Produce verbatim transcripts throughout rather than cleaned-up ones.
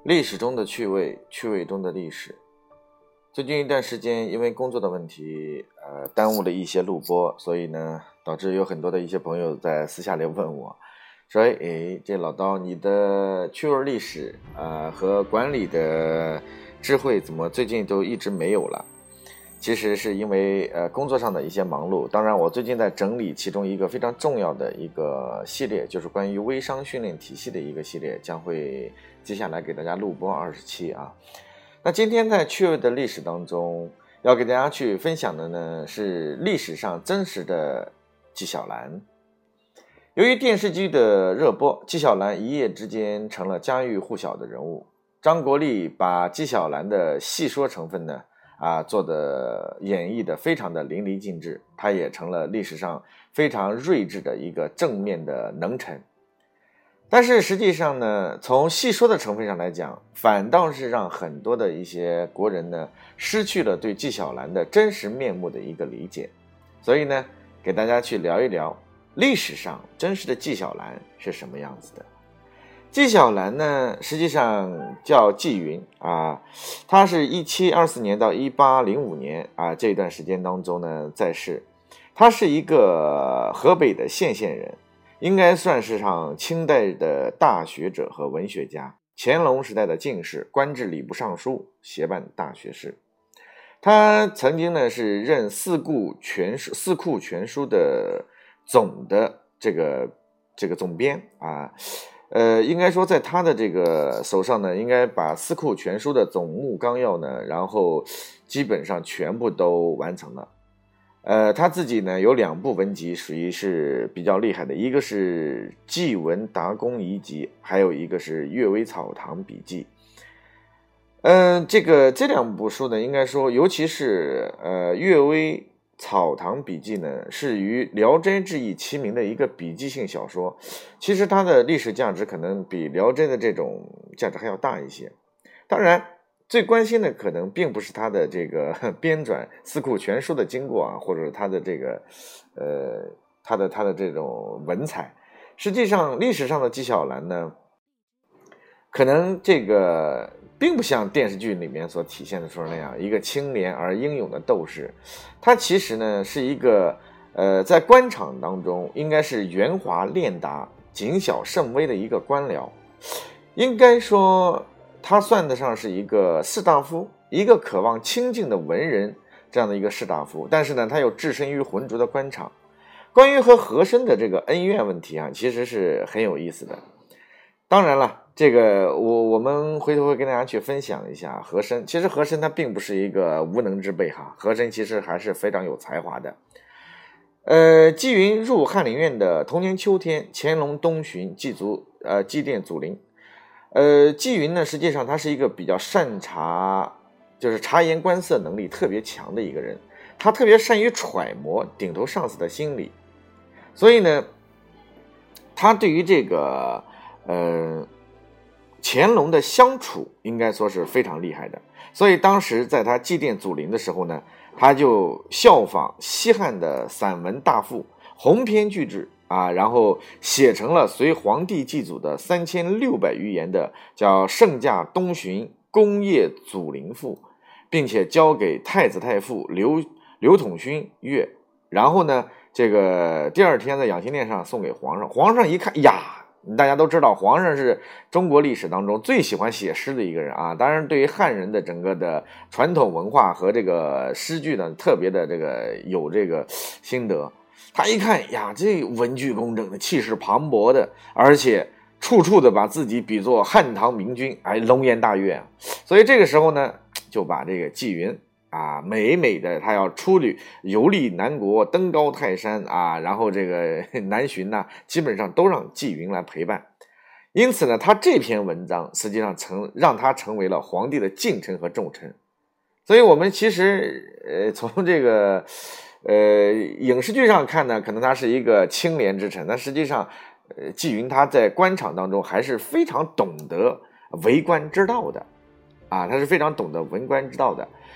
历史中的趣味，趣味中的历史。最近一段时间，因为工作的问题，呃，耽误了一些录播，所以呢，导致有很多的一些朋友在私下里问我，说：“哎，这老刀，你的趣味历史，呃，和管理的智慧，怎么最近都一直没有了？”其实是因为呃工作上的一些忙碌，当然我最近在整理其中一个非常重要的一个系列，就是关于微商训练体系的一个系列，将会接下来给大家录播二十期啊。那今天在趣味的历史当中，要给大家去分享的呢是历史上真实的纪晓岚。由于电视剧的热播，纪晓岚一夜之间成了家喻户晓的人物。张国立把纪晓岚的戏说成分呢啊，做的演绎的非常的淋漓尽致，他也成了历史上非常睿智的一个正面的能臣。但是实际上呢，从戏说的成分上来讲，反倒是让很多的一些国人呢失去了对纪晓岚的真实面目的一个理解。所以呢，给大家去聊一聊历史上真实的纪晓岚是什么样子的。纪晓岚呢，实际上叫纪云啊，他是一七二四年到一八零五年啊这段时间当中呢在世。他是一个河北的献县人，应该算是上清代的大学者和文学家，乾隆时代的进士，官至礼部尚书，协办大学士。他曾经呢是任四库全书四库全书的总的这个这个总编啊。呃，应该说在他的这个手上呢，应该把四库全书的总目纲要呢，然后基本上全部都完成了。呃，他自己呢有两部文集属于是比较厉害的，一个是《纪文达公遗集》，还有一个是《阅微草堂笔记》。嗯、呃，这个这两部书呢，应该说，尤其是呃《阅微草堂笔记》呢，是与《聊斋志异》齐名的一个笔记性小说。其实它的历史价值可能比《聊斋》的这种价值还要大一些。当然，最关心的可能并不是它的这个编纂四库全书的经过啊，或者它的这个呃它的它的这种文采。实际上，历史上的纪晓岚呢，可能这个并不像电视剧里面所体现的出那样一个清廉而英勇的斗士。他其实呢是一个呃在官场当中应该是圆滑练达、谨小慎微的一个官僚。应该说他算得上是一个士大夫，一个渴望清静的文人，这样的一个士大夫。但是呢，他又置身于浑浊的官场。关于和和珅的这个恩怨问题啊，其实是很有意思的。当然了，这个我我们回头会跟大家去分享一下和珅。其实和珅他并不是一个无能之辈哈，和珅其实还是非常有才华的。呃，纪云入翰林院的同年秋天，乾隆东巡祭祖呃祭奠祖陵。呃，纪云呢，实际上他是一个比较善察，就是察言观色能力特别强的一个人，他特别善于揣摩顶头上司的心理，所以呢，他对于这个呃乾隆的相处应该说是非常厉害的。所以当时在他祭奠祖陵的时候呢，他就效仿西汉的散文大赋，鸿篇巨制啊，然后写成了随皇帝祭祖的三千六百余言的叫《圣驾东巡功业祖陵赋》，并且交给太子太傅刘刘统勋阅。然后呢，这个第二天在养心殿上送给皇上。皇上一看呀，大家都知道皇上是中国历史当中最喜欢写诗的一个人啊。当然对于汉人的整个的传统文化和这个诗句呢，特别的这个有这个心得。他一看呀，这文具工整的，气势磅礴的，而且处处的把自己比作汉唐明君，哎，龙颜大悦啊。所以这个时候呢，就把这个纪云啊，美美的他要出旅游历南国，登高泰山啊，然后这个南巡呢、啊，基本上都让纪云来陪伴。因此呢，他这篇文章实际上成让他成为了皇帝的近臣和重臣。所以我们其实呃从这个呃影视剧上看呢，可能他是一个清廉之臣，但实际上呃纪云他在官场当中还是非常懂得为官之道的啊，他是非常懂得文官之道的。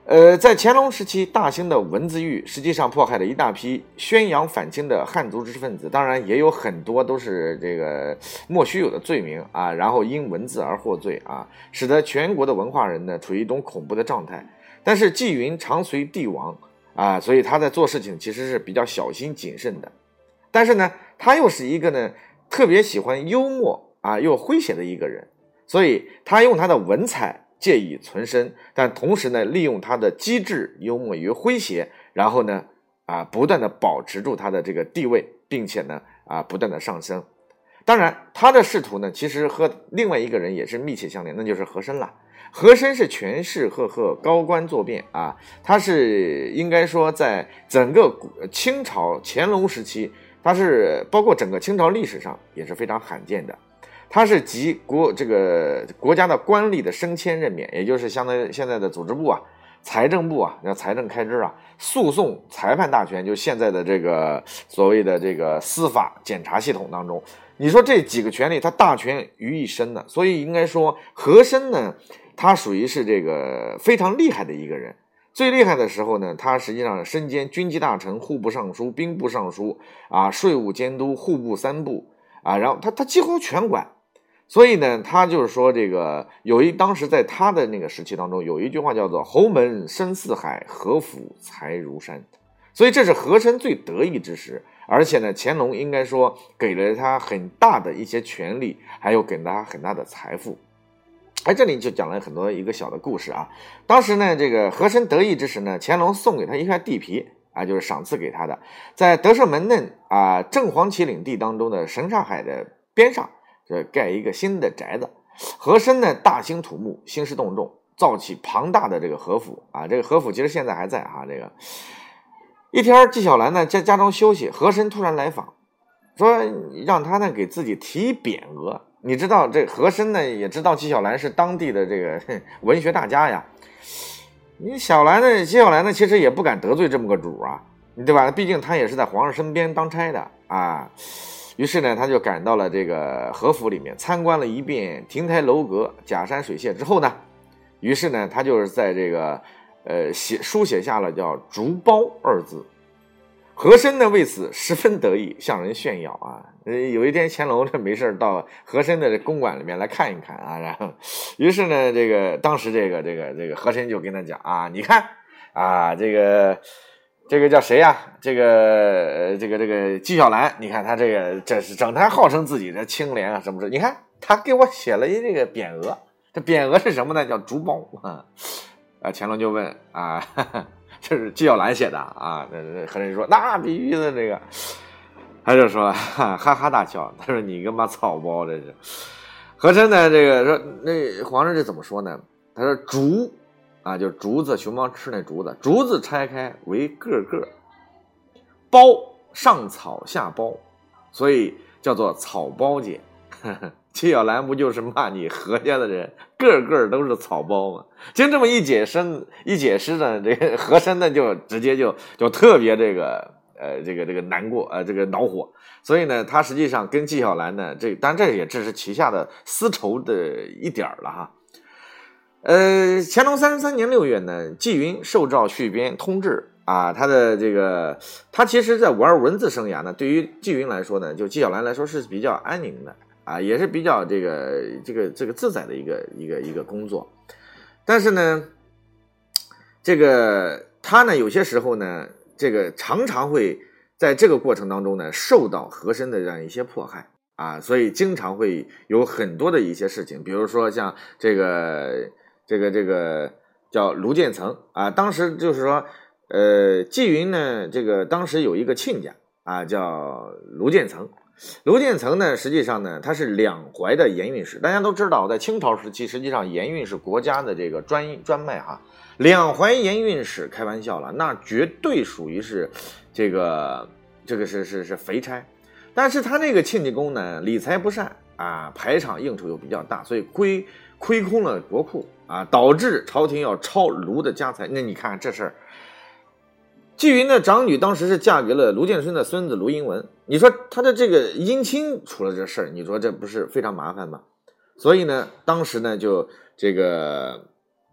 呃，在乾隆时期，大兴的文字狱实际上迫害了一大批宣扬反清的汉族知识分子，当然也有很多都是这个莫须有的罪名啊，然后因文字而获罪啊，使得全国的文化人呢处于一种恐怖的状态。但是纪云常随帝王啊，所以他在做事情其实是比较小心谨慎的。但是呢，他又是一个呢特别喜欢幽默啊又诙谐的一个人，所以他用他的文采借以存身，但同时呢，利用他的机智、幽默与诙谐，然后呢，啊，不断的保持住他的这个地位，并且呢，啊，不断的上升。当然，他的仕途呢，其实和另外一个人也是密切相连，那就是和珅了。和珅是权势赫赫、高官作变啊，他是应该说在整个清朝乾隆时期，他是包括整个清朝历史上也是非常罕见的。他是集国这个国家的官吏的升迁任免，也就是相当于现在的组织部啊、财政部啊、财政开支啊、诉讼裁判大权，就现在的这个所谓的这个司法检察系统当中，你说这几个权力他大权于一身的，所以应该说和珅呢，他属于是这个非常厉害的一个人。最厉害的时候呢，他实际上身兼军机大臣、户部尚书、兵部尚书啊、税务监督、户部三部啊，然后他他几乎全管。所以呢，他就是说这个有一当时在他的那个时期当中，有一句话叫做侯门深似海，和府财如山。所以这是和珅最得意之时，而且呢，乾隆应该说给了他很大的一些权利，还有给了他很大的财富。哎，这里就讲了很多一个小的故事啊。当时呢，这个和珅得意之时呢，乾隆送给他一块地皮啊，就是赏赐给他的，在德胜门内啊正黄旗领地当中的什刹海的边上。这盖一个新的宅子，和珅呢大兴土木，兴师动众，造起庞大的这个和府啊。这个和府其实现在还在啊。这个一天，纪晓岚呢在家中休息，和珅突然来访，说让他呢给自己提匾额。你知道这和珅呢也知道纪晓岚是当地的这个文学大家呀。你小兰呢，纪晓岚呢其实也不敢得罪这么个主啊，对吧？毕竟他也是在皇上身边当差的啊。于是呢，他就赶到了这个和府里面，参观了一遍亭台楼阁、假山水榭之后呢，于是呢，他就是在这个呃写书写下了叫“竹包”二字。和珅呢为此十分得意，向人炫耀啊。呃，有一天乾隆这没事到和珅的公馆里面来看一看啊，然后，于是呢，这个当时这个这个这个和珅就跟他讲啊，你看啊，这个。这个叫谁呀、啊？这个这个这个纪晓岚，你看他这个这是整天号称自己的清廉啊，什么什么？你看他给我写了一这个匾额，这匾额是什么呢？叫竹包啊。啊，乾隆就问啊，哈哈这是纪晓岚写的啊？那和珅说那必须的这个，他就说哈哈哈大笑，他说你个妈草包这是。和珅呢这个说那皇上这怎么说呢？他说竹。啊，就是竹子，熊猫吃那竹子，竹子拆开为个个，包上草下包，所以叫做草包节。纪晓岚不就是骂你何家的人个个都是草包吗？经这么一解释，一解释呢，这个和珅呢就直接就就特别这个呃这个这个难过呃这个恼火，所以呢，他实际上跟纪晓岚呢，这当然这也只是旗下的私仇的一点了哈。呃，乾隆三十三年六月呢，纪云受诏续编通制啊，他的这个他其实在玩文字生涯呢，对于纪云来说呢，就纪晓岚来说是比较安宁的啊，也是比较这个这个这个自在的一个一个一个工作。但是呢，这个他呢有些时候呢，这个常常会在这个过程当中呢，受到和珅的这样一些迫害啊，所以经常会有很多的一些事情，比如说像这个。这个这个叫卢建曾啊，当时就是说，呃，纪云呢，这个当时有一个亲家啊，叫卢建曾。卢建曾呢，实际上呢，他是两淮的盐运使。大家都知道，在清朝时期，实际上盐运是国家的这个专专卖哈。两淮盐运使开玩笑了，那绝对属于是这个这个是是是肥差。但是他那个亲家公呢，理财不善啊，排场应酬又比较大，所以亏亏空了国库。啊，导致朝廷要抄卢的家财。那你看这事儿，纪云的长女当时是嫁给了卢建顺的孙子卢英文，你说他的这个姻亲出了这事儿，你说这不是非常麻烦吗？所以呢，当时呢就这个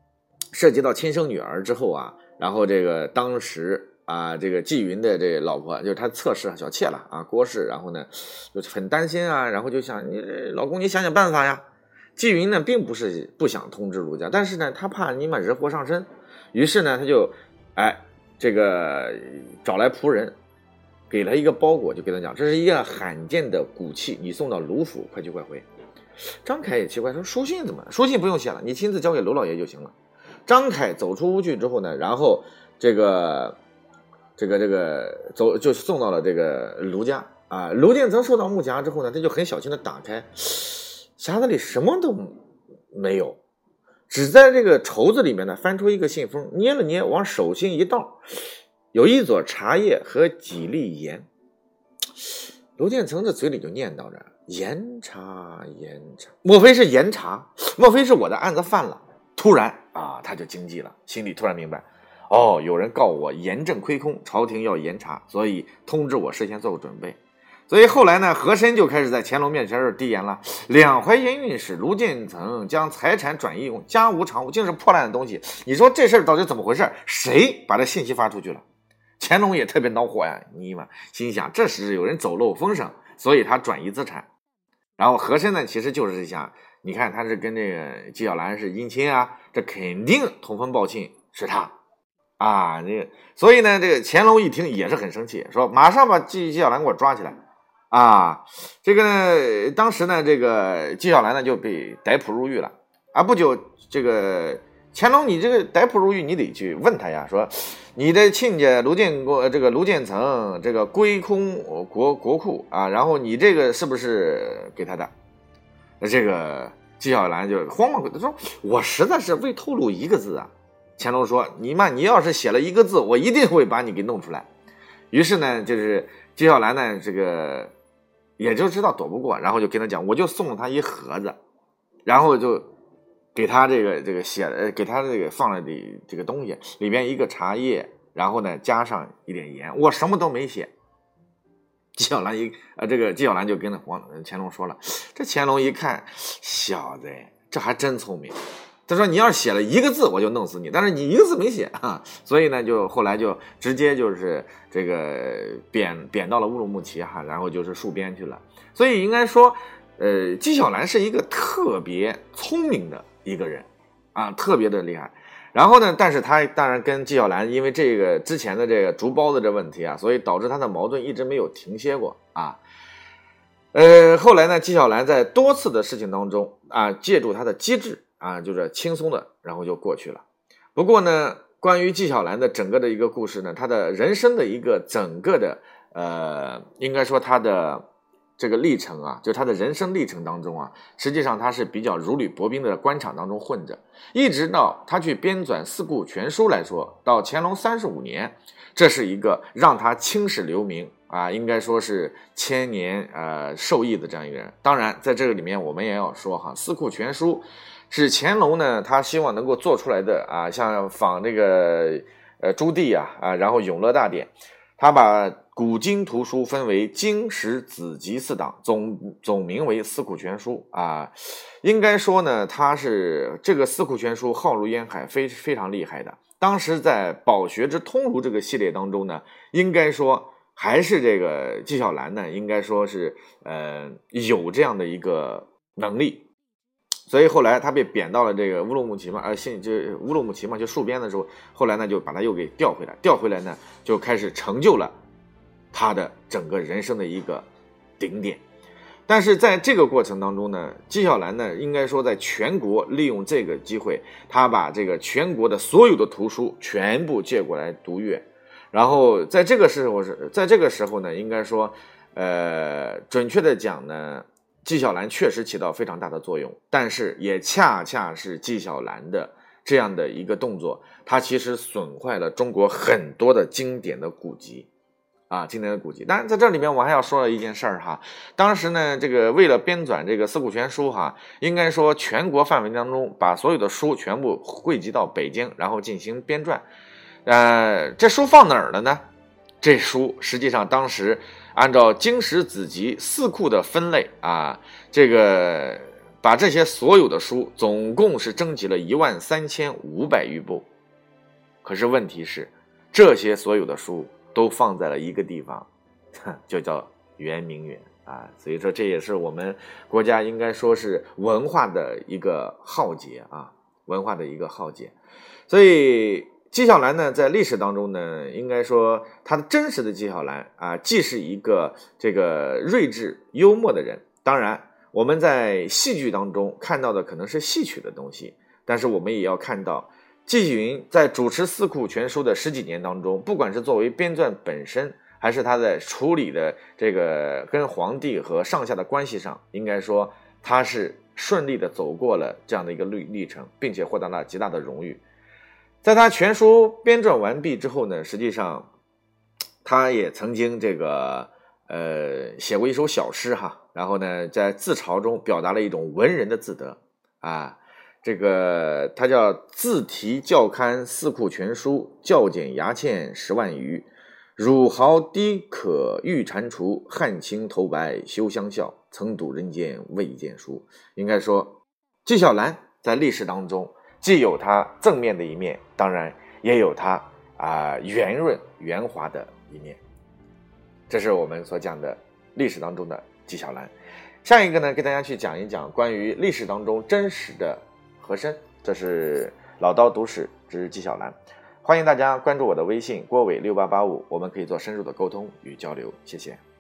涉及到亲生女儿之后啊，然后这个当时啊，这个纪云的这个老婆就是他侧室小妾了啊，郭氏，然后呢就很担心啊，然后就想你老公你想想办法呀。纪云呢并不是不想通知卢家，但是呢他怕你们惹祸上身，于是呢他就哎这个找来仆人，给了一个包裹，就跟他讲这是一个罕见的古器，你送到卢府，快去快回。张凯也奇怪说书信怎么书信不用写了，你亲自交给卢老爷就行了。张凯走出屋去之后呢，然后这个这个这个走就送到了这个卢家啊。卢建成收到木匣之后呢，他就很小心的打开，匣子里什么都没有，只在这个绸子里面呢翻出一个信封，捏了捏，往手心一倒，有一撮茶叶和几粒盐。卢建成这嘴里就念叨着盐茶盐茶，莫非是盐茶？莫非是我的案子犯了？突然啊，他就惊悸了，心里突然明白，哦，有人告我盐政亏空，朝廷要盐茶，所以通知我事先做个准备。所以后来呢，和珅就开始在乾隆面前就递言了，两淮盐运使卢建成将财产转移用，家无常物，竟是破烂的东西。你说这事儿到底怎么回事？谁把这信息发出去了？乾隆也特别恼火呀，你嘛心想这是有人走漏风声，所以他转移资产。然后和珅呢，其实就是想，你看他是跟这个纪晓岚是姻亲啊，这肯定通风报信是他啊，这个所以呢，这个乾隆一听也是很生气，说马上把纪纪晓岚给我抓起来啊！这个呢，当时呢，这个纪晓岚呢就被逮捕入狱了啊。不久，这个乾隆，你这个逮捕入狱，你得去问他呀，说你的亲家卢建国，这个卢建成，这个归空国国库啊，然后你这个是不是给他的？那这个纪晓岚就慌忙他说，我实在是未透露一个字啊。乾隆说，你嘛，你要是写了一个字，我一定会把你给弄出来。于是呢，就是纪晓岚呢，这个也就知道躲不过，然后就跟他讲，我就送了他一盒子，然后就给他这个这个写了，给他这个放了的这个东西，里边一个茶叶，然后呢加上一点盐，我什么都没写。纪晓岚一呃，这个纪晓岚就跟黄乾隆说了，这乾隆一看，小子，这还真聪明。他说你要是写了一个字，我就弄死你，但是你一个字没写啊，所以呢，就后来就直接就是这个贬贬到了乌鲁木齐哈，然后就是戍边去了。所以应该说，呃，纪晓岚是一个特别聪明的一个人啊，特别的厉害。然后呢，但是他当然跟纪晓岚因为这个之前的这个竹包子这问题啊，所以导致他的矛盾一直没有停歇过啊。呃，后来呢，纪晓岚在多次的事情当中啊，借助他的机智啊，就是轻松的，然后就过去了。不过呢，关于纪晓岚的整个的一个故事呢，他的人生的一个整个的呃，应该说他的这个历程啊，就他的人生历程当中啊，实际上他是比较如履薄冰的官场当中混着，一直到他去编纂《四库全书》来说，到乾隆三十五年，这是一个让他青史留名啊，应该说是千年呃受益的这样一个人。当然，在这个里面我们也要说哈，《四库全书》是乾隆呢，他希望能够做出来的啊，像仿这个呃朱棣啊啊，然后永乐大典，他把古今图书分为经史子集四档，总总名为四库全书啊。应该说呢，他是这个四库全书浩如烟海，非非常厉害的。当时在饱学之通儒这个系列当中呢，应该说还是这个纪晓岚呢，应该说是呃有这样的一个能力。所以后来他被贬到了这个乌鲁木齐嘛，呃，现就乌鲁木齐嘛，就戍边的时候，后来呢就把他又给调回来，调回来呢就开始成就了他的整个人生的一个顶点。但是在这个过程当中呢，纪晓岚呢，应该说在全国利用这个机会，他把这个全国的所有的图书全部借过来读阅，然后在这个时候是，在这个时候呢，应该说，呃，准确的讲呢，纪晓岚确实起到非常大的作用，但是也恰恰是纪晓岚的这样的一个动作，它其实损坏了中国很多的经典的古籍啊，经典的古籍。当然在这里面我还要说了一件事儿哈，当时呢，这个为了编纂这个四库全书哈，应该说全国范围当中把所有的书全部汇集到北京，然后进行编撰。呃，这书放哪儿了呢？这书实际上当时按照经史子集四库的分类啊，这个把这些所有的书总共是征集了一万三千五百余部。可是问题是，这些所有的书都放在了一个地方，就叫圆明园啊。所以说这也是我们国家应该说是文化的一个浩劫啊，文化的一个浩劫。所以纪晓岚呢，在历史当中呢，应该说他的真实的纪晓岚啊，既是一个这个睿智幽默的人，当然我们在戏剧当中看到的可能是戏曲的东西，但是我们也要看到纪晓云在主持《四库全书》的十几年当中，不管是作为编撰本身，还是他在处理的这个跟皇帝和上下的关系上，应该说他是顺利的走过了这样的一个历历程，并且获得了极大的荣誉。在他全书编撰完毕之后呢，实际上他也曾经这个呃写过一首小诗哈，然后呢在自嘲中表达了一种文人的自得啊。这个他叫自题校勘四库全书，校检牙嵌十万余，汝豪低可欲蟾蜍，汉卿头白休相笑，曾睹人间未见书。应该说纪晓岚在历史当中既有他正面的一面，当然也有他啊、呃、圆润圆滑的一面。这是我们所讲的历史当中的纪晓岚。下一个呢，给大家去讲一讲关于历史当中真实的和珅，这是老刀读史之纪晓岚。欢迎大家关注我的微信郭伟六八八五，我们可以做深入的沟通与交流，谢谢。